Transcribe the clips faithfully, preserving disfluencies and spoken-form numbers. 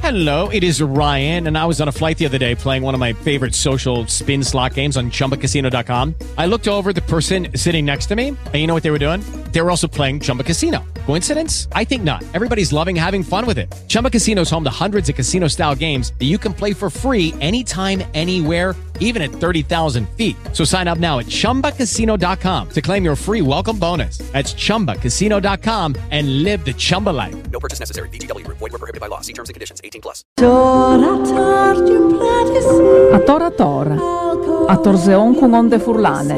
Hello, it is Ryan, and I was on a flight the other day playing one of my favorite social spin slot games on Chumba Casino dot com. I looked over at the person sitting next to me, and you know what they were doing? They were also playing Chumba Casino. Coincidence? I think not. Everybody's loving having fun with it. Chumba Casino is home to hundreds of casino-style games that you can play for free anytime, anywhere, even at thirty thousand feet. So sign up now at Chumba Casino dot com to claim your free welcome bonus. That's Chumba Casino dot com and live the Chumba life. No purchase necessary. V G W. Void where prohibited by law. See terms and conditions. eighteen plus. A tora tora, a torzeon con onde furlane.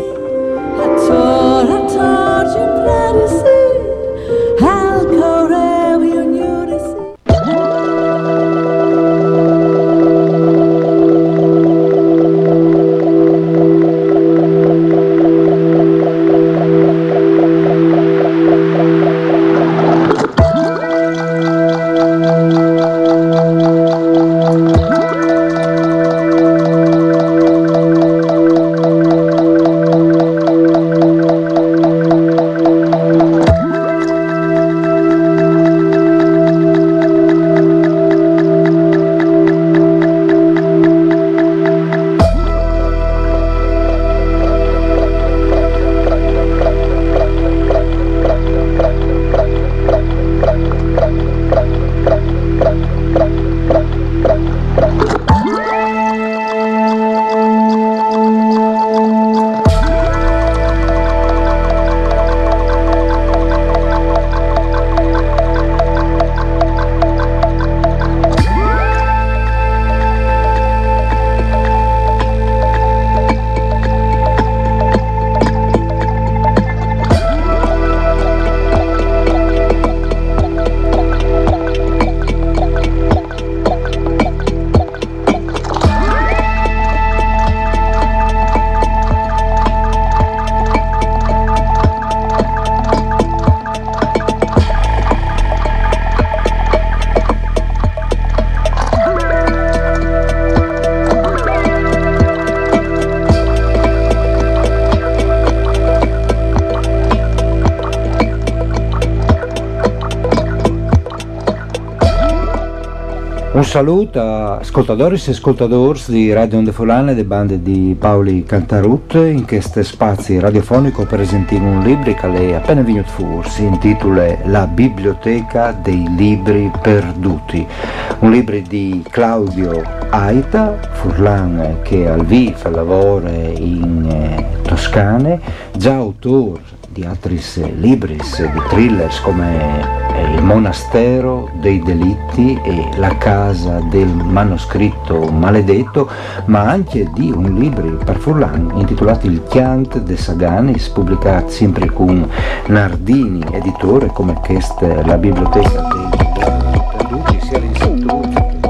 Un saluto a ascoltatori e ascoltatori di Radio Onde Furlane e delle bande di Paoli Cantarut in questo spazio radiofonico presentiamo un libro che è appena venuto fuori, si intitola La Biblioteca dei Libri Perduti, un libro di Claudio Aita, Furlan che al V I F lavora in eh, Toscane, già autore di altri libri, di thrillers come Il monastero dei delitti e La casa del manoscritto maledetto, ma anche di un libro per Furlan intitolato Il Chiant de Saganis, pubblicato sempre con Nardini editore, come questa la biblioteca dei perduti, sia l'insitto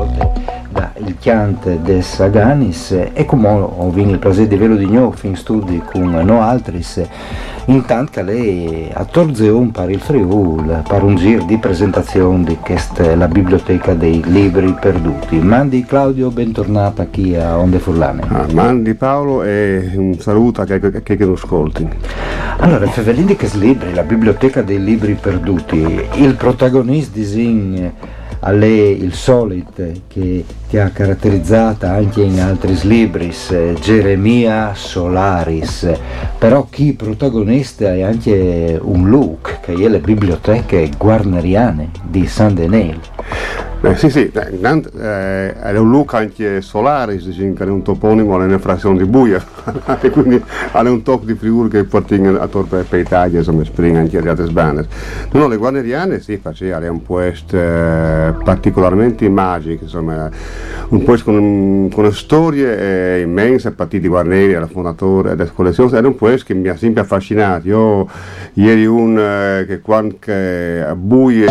da Il Chiant de Saganis, e come ho vinto il piacere di velo di nuovo in studi con no altris. Intanto che lei a Torzeon per il Friul, per un giro di presentazione di questa la biblioteca dei libri perduti. Mandi Claudio, bentornata qui a Onde Furlane. Ah, mandi Paolo e un saluto a chi che, che, che lo ascolti. Allora, Fevelin di che libri, la biblioteca dei libri perduti, il protagonista disin a lei il solito che ti ha caratterizzata anche in altri libri, Geremia Solaris, però chi protagonista è anche un look che è le biblioteche guarneriane di Saint-Denis. Eh, sì, sì, eh, eh, è un look anche Solaris, che è un toponimo, è una frazione di Buia, e quindi ha un tocco di Friuli che porta a torpe per Italia, insomma, springa anche le altre sbane. No, no, le guarneriane sì, faceva, è un posto eh, particolarmente magico, insomma, un posto con, con storie eh, immense, partiti di Guarneri, alla fondatore della collezione, era un posto che mi ha sempre affascinato. Io ieri un eh, che quando a Buia,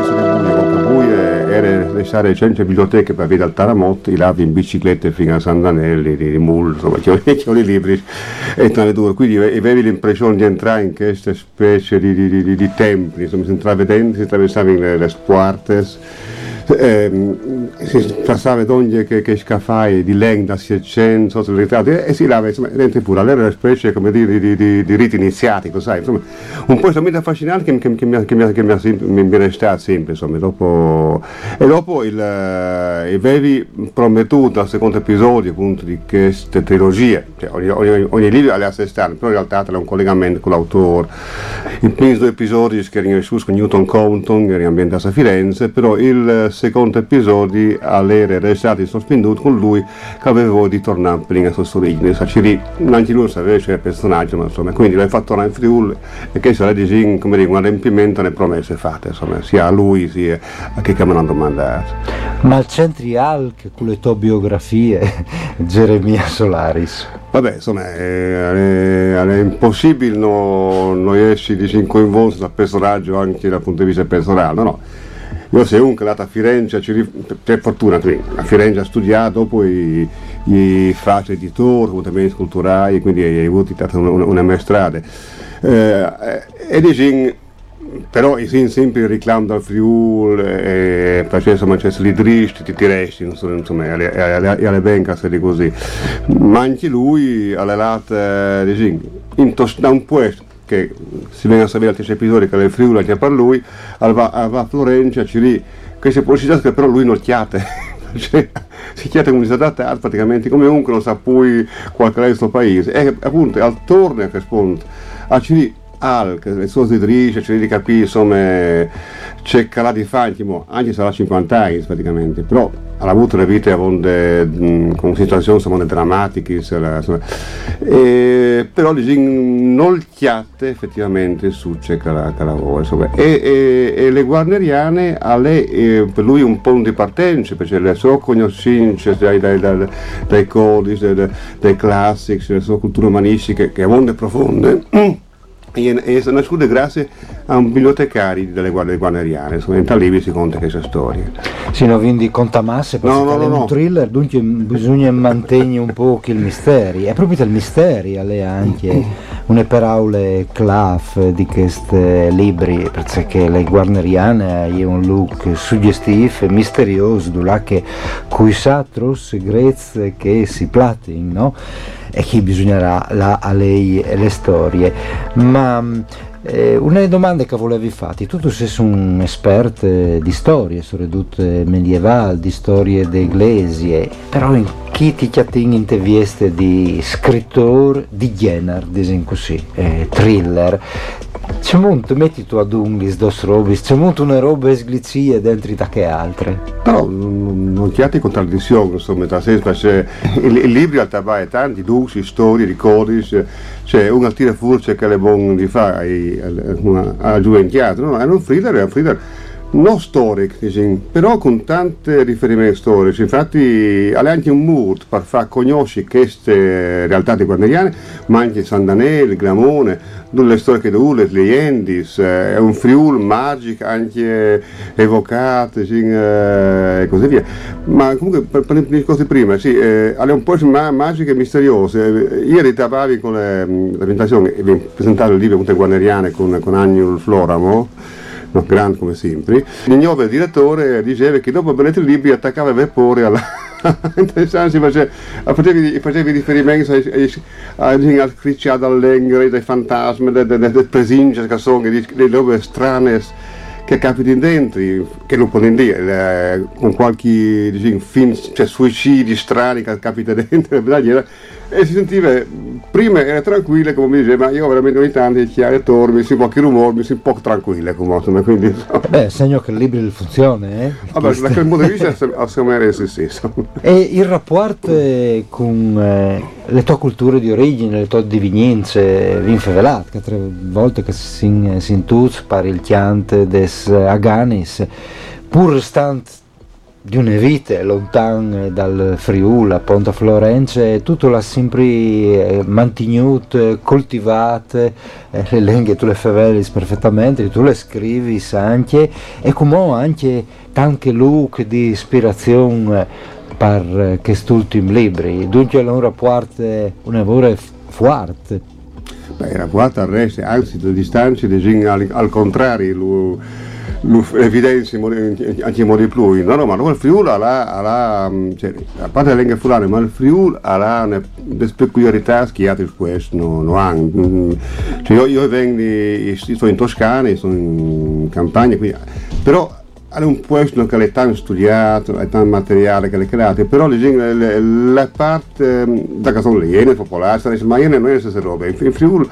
era lasciare le cento biblioteche per via al Taramot, i lavi in biciclette fino a San Danelli, di, di Mull, insomma, che ho i libri e tra le due, quindi avevi l'impressione di entrare in queste specie di, di, di, di templi, insomma, si intravedendo, si attraversava le, le squartes, eh, si passava d'ogni che, che scafai di lengua seicento e si lava dentro pure all'era una specie come dire, di, di, di riti iniziatico, sai, insomma, un po' estremamente affascinante che, che, che, mi, che, mi, che mi, mi, mi è stato sempre, insomma, dopo, e dopo il, eh, avevi promettuto al secondo episodio appunto di queste trilogie, cioè ogni, ogni, ogni libro ha le a sé stante, però in realtà c'è un collegamento con l'autore. I primi due episodi che erano su con Newton Compton, erano ambientati a Firenze, però il secondo episodio all'era restati sospenuto con lui che aveva di tornare per la sua origine, Saciri, anche lui sapeva c'era il personaggio, ma insomma, quindi l'ha fatto tornare in Friuli e che sarà di come dire, un adempimento alle promesse fatte, insomma, sia a lui sia a chi che me l'hanno domandato. Ma al centri anche con le tue biografie, Geremia Solaris. Vabbè, insomma, è, è, è impossibile non no essere coinvolto dal personaggio anche dal punto di vista personale, no? no. Io sei un che è andato a Firenze, per fortuna, a Firenze ha studiato, poi gli faccio editore, come beni culturali, quindi hai avuto una, una, una maestrale. Eh, e dici, però io sempre il reclamo dal Friuli, e facendo mangiare li dristi, ti tiresti, insomma, alle, alle, alle bencasse di così. Ma anche lui, alle latte, dici, da un puesto, che si viene a sapere altri episodi che le Friuli anche per lui, va a Florenza, ci lì, queste possibilità che però lui non chiate, cioè, si chiede come si adatta praticamente come un che non sa poi qualche altro paese, e appunto al torno a che spunto, a ci lì, al, che le sue idrisce, ci di capire insomma, c'è calà di fantimo, anche se ha cinquanta anni praticamente, però ha avuto una vita con, con situazioni insomma, drammatiche, insomma, e, però non chiate effettivamente su c'è calà insomma, e, e, e le guarneriane a lei, eh, per lui un po' di partenza, perché le sue conoscenze dai, dai, dai, dai codici, dai, dai classici, le sue culture umanistiche che sono profonde, e sono nascute grazie a un bibliotecario delle guardie guarneriane, insomma, in tal libro si conta questa storia. Sì, no, quindi conta masse, perché no, no, è no, un no. thriller, dunque bisogna mantenere un po' il mistero, è proprio il mistero, alle anche una paraule claf di questi libri, perché le guarneriane hanno un look suggestivo e misterioso, là che cui sa tros segreti che si platin, no? E che bisognerà là a lei le storie, ma eh, una delle domande che volevi fare, tu tu sei un esperto di storie, soprattutto medievali, di storie dell'Iglesia, però in chi ti chiattin in te vieste di scrittore di genere, diciamo così, eh, thriller, c'è molto, metti tu ad unglis dos robis, c'è molto una roba sglizie dentro da che altre. Però non, non chiati contraddizioni, insomma, nel senso che il, il libro al tabà è tanti duci, storie, ricordi, c'è un altro furce che le buone di fare a gioventù, no? È un thriller, è un thriller non storico, però con tanti riferimenti storici, infatti ha anche un mood per far conoscere queste realtà di guarneriane, ma anche San Danele, Gramone, le storie che le leggende, è un Friuli magico anche evocato e così via. Ma comunque per, per le cose prima, sì, eh, è un po' ma, magiche e misteriose. Ieri parlavi con le, la presentazione, presentato il libro guarneriane con, con Agnul Floramo, no, grande come sempre. L'ignove, il direttore, diceva che dopo aver letto il libro attaccava il vapore alla interessante, facevi, facevi, facevi riferimenti al cricciato all'engre, dei fantasmi, delle presince che sono delle robe strane che capitano dentro, che non può dire, eh, con qualche diciamo, film, cioè suicidi strani che capita dentro, e si sentiva, prima era tranquilla come mi diceva, ma io veramente ogni tanto il chiaro torno, mi si può che rumore, mi si un po' tranquilla come, quindi insomma. Beh, segno che il libro funziona, eh? Vabbè, da quel punto di vista secondo me è se stesso. E il rapporto con eh, le tue culture di origine, le tue divinienze, vi infavelate, che tre volte che si, si intuz per il chiante des Aganis, pur restant di una vita lontano dal Friuli, appunto a Firenze, tutto l'ha sempre eh, mantenuto, coltivato, eh, le lingue tu le faveli perfettamente, tu le scrivi anche, e come anche tanti look di ispirazione per eh, quest'ultimo libro, dunque è un rapporto, un lavoro forte. Beh, il rapporto al resto, anzi le distanze al, al contrario, lo, l'evidenza anche in modi più no, no, ma il Friuli ha cioè, a parte le lingue fulane ma il Friuli ha una peculiarità che altri questo non no hanno cioè, io, io vengo sono in Toscana sono in campagna quindi, però è un posto che è tanto studiato, è tanto materiale che è creato, però le, le, la parte da che sono le iene popolari, ma iene non è la stessa roba. In Friuli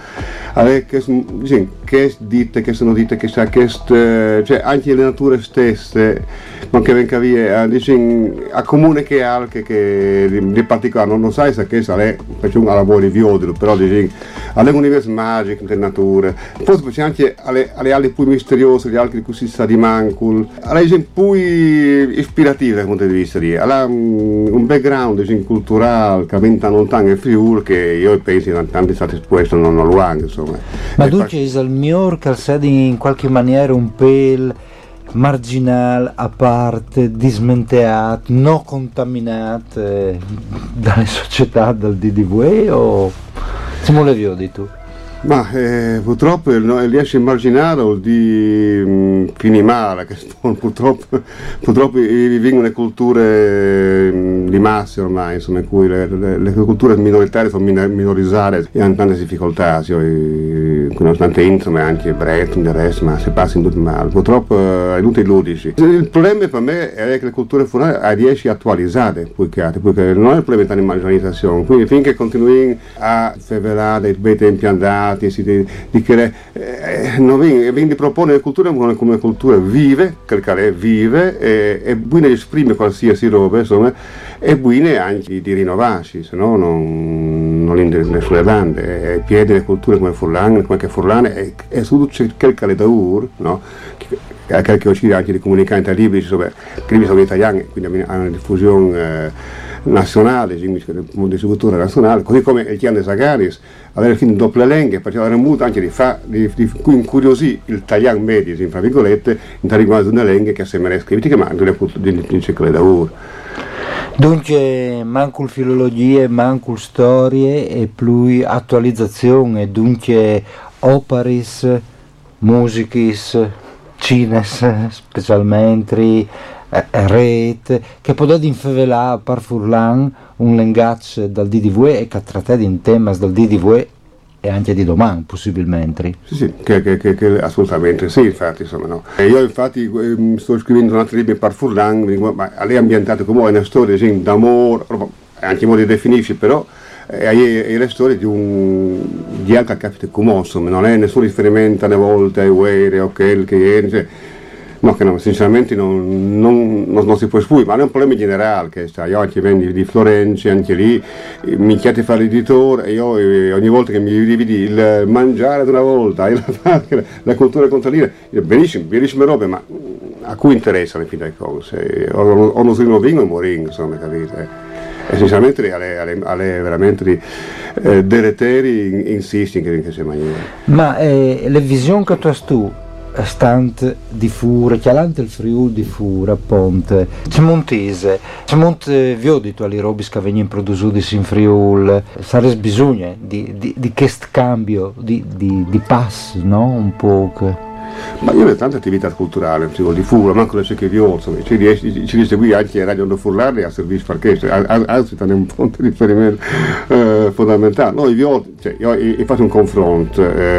che che dite, che sono dite, che sa che cioè anche le nature stesse, ma che venga via, a comune che anche che di, di particolare, non lo sai se che è facciamo alla buona di viodolo, però alle università magiche delle nature, poi c'è anche alle, alle ali più misteriose, gli altri così sa di mancul. Alla gente più ispirativa dal punto di vista lì, ha un background gente, culturale che venta lontano in Friuli che io penso che tanti stati esposti non lo hanno insomma. Ma tu c'è il mio che sei in qualche maniera un pel marginale, a parte, dismenteato, non contaminato eh, dalle società, dal D D V E o come le vedi tu? Ma eh, purtroppo no, riesce a immaginare di mh, finimare, che purtroppo, purtroppo vengono le culture mh, di massa ormai, insomma, in cui le, le, le culture minoritarie sono minorizzate e hanno tante difficoltà, cioè, nonostante insomma anche Breton, del resto, ma si passa in tutto male. Purtroppo è tutto illudici. Il problema per me è che le culture fulane riescono a attualizzare, perché non è il problema della marginalizzazione, quindi finché continui a fevelare dei tempi andati, Si di, di che, eh, non viene, viene propone la cultura come, come cultura vive, che è vive e, e buona esprime qualsiasi roba insomma e buona anche di rinnovarsi, se no non, non le sulle bande e piede le culture come Furlan, come che Furlan e, e su quel che è da ur, no? Che, che, che uscire anche di comunicare tra libri, insomma, che sono italiani, quindi hanno una diffusione eh, nazionale, di cultura nazionale, così come il Chian de Sagaris, avere fin doppie lingue, perché avere avuto anche di, fa, di, di incuriosire il taglian medio, in fra virgolette, in riguardo una lingua che sembra scritta, che manca di ciclo da lavoro. Dunque manco filologie, manco storie e più attualizzazione, dunque operis, musicis, cines specialmente, eh, rete, che può infevelare per Furlan un linguaggio dal D D V E e che tratta di un tema dal D D V E e anche di domani possibilmente. Sì, sì, che, che, che, che assolutamente sì, infatti insomma no. E io infatti eh, sto scrivendo un altro libro per Furlan, ma lei è ambientato come una storia sì, d'amore, anche in modo di definirsi, però è, è la storia di un di altri capite come insomma, non è nessun riferimento alle volte ai guerre o che che è, cioè, no, che no, sinceramente non, non, non, non si può esprimere, ma è un problema generale, che sta, io anche vengo di Florenzi, anche lì, mi chiede a fare l'editore e io eh, ogni volta che mi dividi il mangiare ad una volta, la, la cultura contadina, benissimo, benissime robe, ma a cui interessa alle fine delle cose? O, o non sono vingo e moringo, insomma, capite? E sinceramente alle, alle, alle veramente eh, deleteri in, insisti in questa maniera. Ma eh, le visioni che tu hai tu, stante di fure, chialante il Friuli di fure, a Ponte, c'è montese, c'è monte viodito alle robis che vengono prodotti in Friuli, sarebbe bisogno di, di, di questo cambio, di, di, di passo, no? Un po'. Ma io ho tante attività culturali, di fura, manco le secche di orso, ci riesce qui anche a Radio Furlane a servizio per questo, anzi è un punto di riferimento eh, fondamentale. Noi io, cioè, io, io faccio un confronto,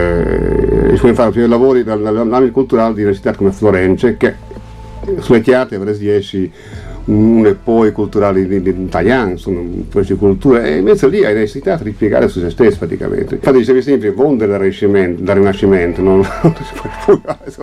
eh, io faccio lavori nell'ambito culturale di università come Florenze, che sulle chiarte avresti riesci un e poi culturali di, di, di italiano, sono queste culture, e invece lì hai necessità di ripiegare su se stesso praticamente. Infatti dicevi sempre, von del Rinascimento, del Rinascimento, non si può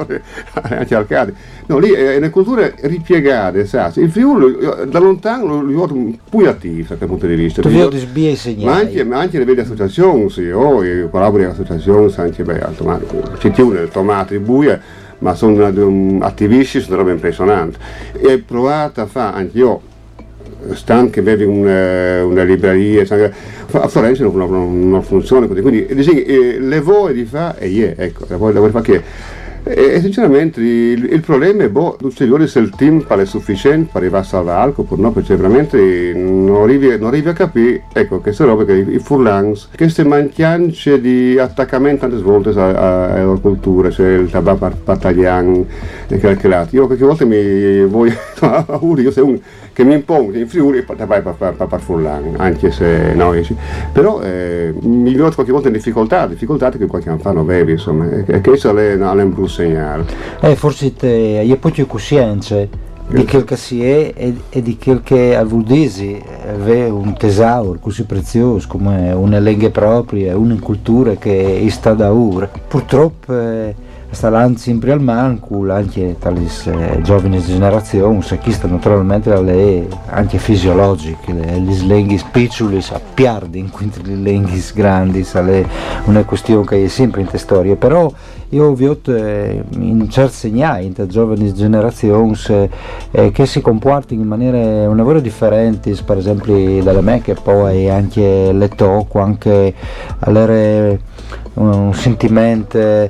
anche al cade. No, lì è una cultura ripiegata, sa. Il Friuli da lontano lo vedo più attivo da quel punto di vista. Tu vedi sbie segnali. Ma anche, ma anche le vedi associazioni, sì, oh, io collaboro con associazioni, anche beh, ma c'è più nel tomate buia, ma sono um, attivisti, sono roba impressionante. E provate a fare, anche io, stanno che bevi una, una libreria, a Florenza non, non, non funziona così, quindi eh, le voi di fare, e yeah, ecco, la vuoi fare che E, e sinceramente il, il problema è boh, ulteriore se il team è sufficiente per arrivare a salvare oppure no, perché veramente non arrivi, non arrivi a capire, ecco, queste robe che i furlans, queste mancanze di attaccamento tante volte alla cultura, cioè il tabà battagliano e calcolati. Io qualche volta mi voglio, io sei un che mi impone in Friuli per per furlan, anche se no, però eh, mi vedo qualche volta in difficoltà, difficoltà che qualche anno fa non avevi, insomma, e questo è un brutto segnale. Eh, forse te, io poi ho coscienza di quel che si è e, e di quel che a Vuldisi è un tesauro così prezioso come una lingua propria, una cultura che sta da ora. Purtroppo eh, sta là sempre al manco anche tra le eh, giovani generazioni, se chi sta naturalmente le anche fisiologiche, le, le lingue piccole a piardi in quindi le lingue grandi, è una questione che è sempre in te storie, però io ho visto eh, in certi segnali in giovani generazioni eh, che si comportano in maniera un lavoro differente, per esempio dalle me che poi anche le tocco, anche avere un sentimento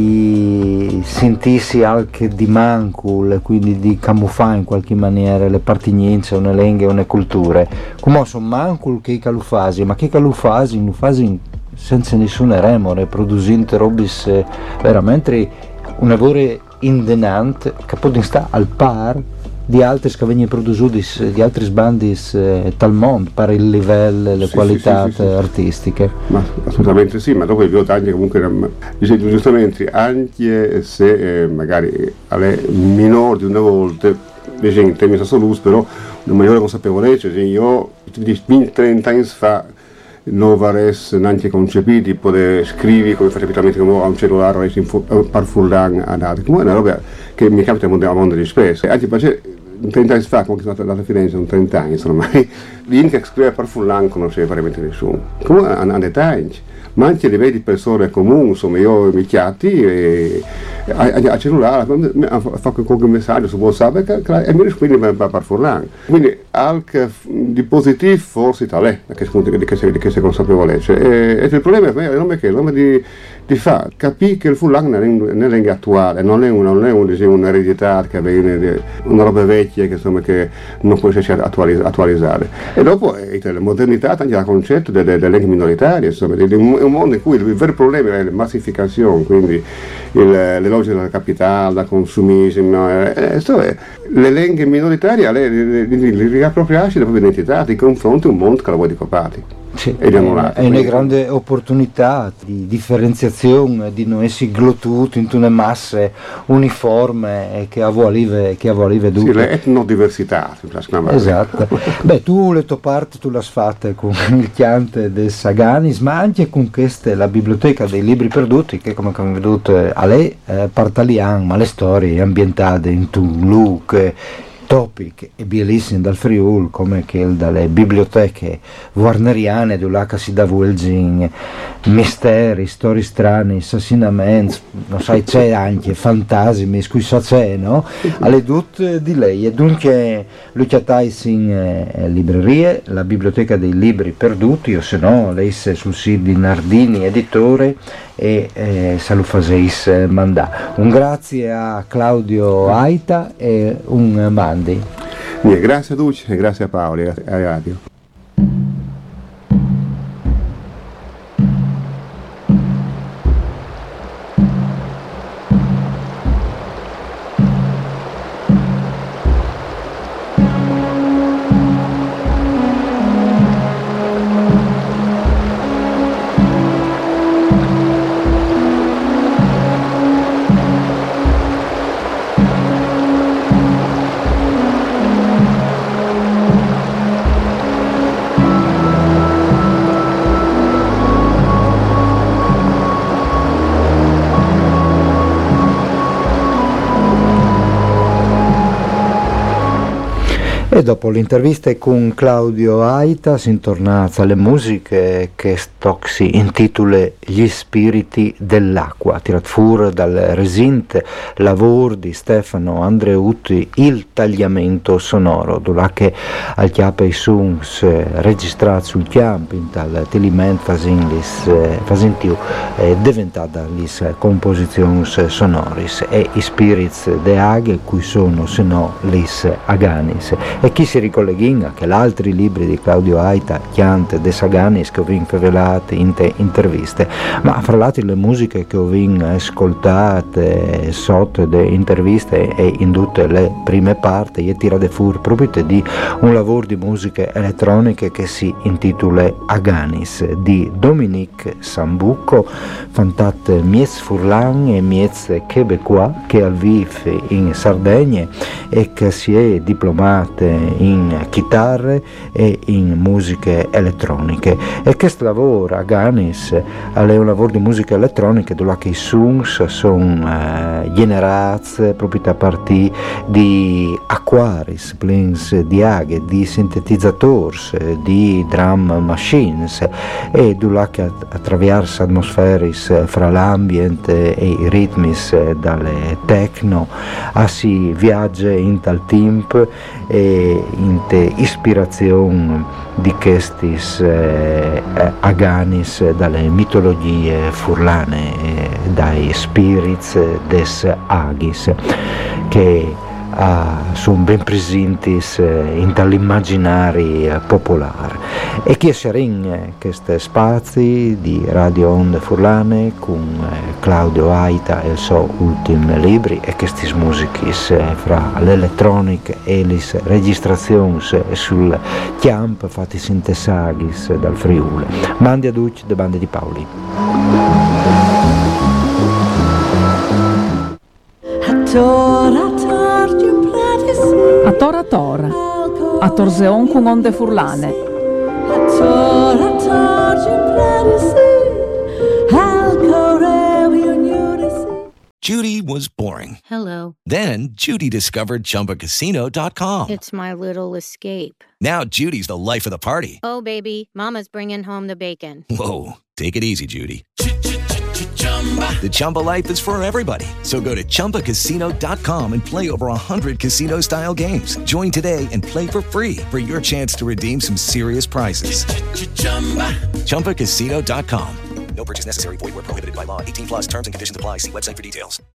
di sentirsi anche di mancul, quindi di camuffare in qualche maniera le pertinenze, una lingua e una cultura. Come sono mancul che i calufasi, ma che calufasi, lo fasi senza nessuna remore, producendo robis eh, veramente un lavoro indenante che può stare al par di altri che vengono prodotti di altri sbandi eh, tal mondo per il livello, le sì, qualità sì, sì, sì, artistiche. Ma assolutamente sì, ma dopo il vedo anche comunque giustamente anche se eh, magari alle minori di una volta in termini assoluti, però una maggiore consapevolezza, cioè io di trenta anni fa non avresti neanche concepito di poter scrivere come faccio abitualmente a un cellulare per furlan ad altri, come è una roba che mi capita a mondo di spesso, anche perché trenta anni fa, come sono andato a Firenze, sono trenta anni, ormai l'in che scrive per furlan non conosceva veramente nessuno, come a dettagli, ma anche a livello di persone comuni, insomma io mi chiatti e a, a, a cellulare, a fare qualche messaggio su WhatsApp e mi rispondi per, per furlan. Quindi anche di positivo forse tale, da che punto di questa consapevolezza. E, e il problema è il nome che il nome di, di fare, capire che il furlan non è una lingua attuale, non è, una, non è un, diciamo, un'eredità che viene una roba vecchia che, insomma, che non può essere attualizzata. E dopo è la modernità, anche il concetto delle, delle lingue minoritarie, insomma, è un mondo in cui il vero problema è la massificazione, quindi il, le logiche della capitale, del consumismo, eh, insomma, le lingue minoritarie le, le, le, le riappropriarsi della propria identità di confronto a un mondo che la vuole decopati. Sì, è, è una grande opportunità di differenziazione, di non essere glottuti in una massa uniforme che a vuole che a vuole sì, l'etnodiversità. Esatto. Beh, tu le tue parti tu le hai fatte con il chiante del Saganis, ma anche con questa la biblioteca dei libri perduti che, come abbiamo veduto, a lei eh, partalian, ma le storie ambientate in un look topic e bellissimi dal Friul, come che dalle biblioteche warneriane dove si dà Vulgin, misteri, storie strane, assassinamenti, non sai, c'è anche fantasmi, scusa c'è, no? Alle tutte di lei, e dunque lui chiatais in eh, librerie, la biblioteca dei libri perduti, o se no lei se sul sito di Nardini Editore e eh, se lo faseis mandà. Un grazie a Claudio Aita e un mando. Grazie a Duce e grazie a Paolo e a Radio. dopo l'intervista con Claudio Aita si intorna alle musiche che si intitola Gli spiriti dell'acqua, tirat fuori dal resinte lavoro di Stefano Andreutti il tagliamento sonoro, dove che al chiappe i suons registrati sul campo in tal teliment fasinlis fasentiu è diventata lis composizioni sonoris e i spirits de aghe cui sono se no lis aganis. E chi si ricolleghinga che l'altri libri di Claudio Aita chiante de Saganis che ho vin favelati in te interviste, ma fra l'altro le musiche che ho vin ascoltate sotto de interviste e in tutte le prime parti e tira de fur proprio di un lavoro di musiche elettroniche che si intitola Aganis di Dominique Sambucco, fantate Miez Furlan e Miez Québécois che al vive in Sardegna e che si è diplomate in chitarre e in musiche elettroniche. E questo lavoro Aganis è un lavoro di musica elettronica dove i suons sono eh, generati proprio a partire di acquaris, plens di aghe, di sintetizzatori, di drum machines e dove che attraverso atmosferis fra l'ambiente e i ritmi dalle techno a si viaggia in tal tempo e in te ispirazione di questi eh, aganis dalle mitologie furlane, eh, dai spirits des agis che Uh, sono ben presenti uh, in dall'immaginario uh, popolare. E chi saranno questi spazi di Radio Onde Furlane con uh, Claudio Aita e il suo ultimo libro e questi musiche uh, fra l'elettronica e le registrazioni uh, sul camp fatti sintesagis uh, dal Friuli. Mandi a Duc de Bande di Paoli. A tora tora, a torzeon con onde furlane. Judy was boring. Hello. Then Judy discovered Chumba Casino dot com. It's my little escape. Now Judy's the life of the party. Oh, baby, mama's bringing home the bacon. Whoa, take it easy, Judy. The Chumba life is for everybody. So go to Chumba Casino dot com and play over one hundred casino-style games. Join today and play for free for your chance to redeem some serious prizes. Chumba Casino dot com. No purchase necessary. Void where prohibited by law. eighteen plus terms and conditions apply. See website for details.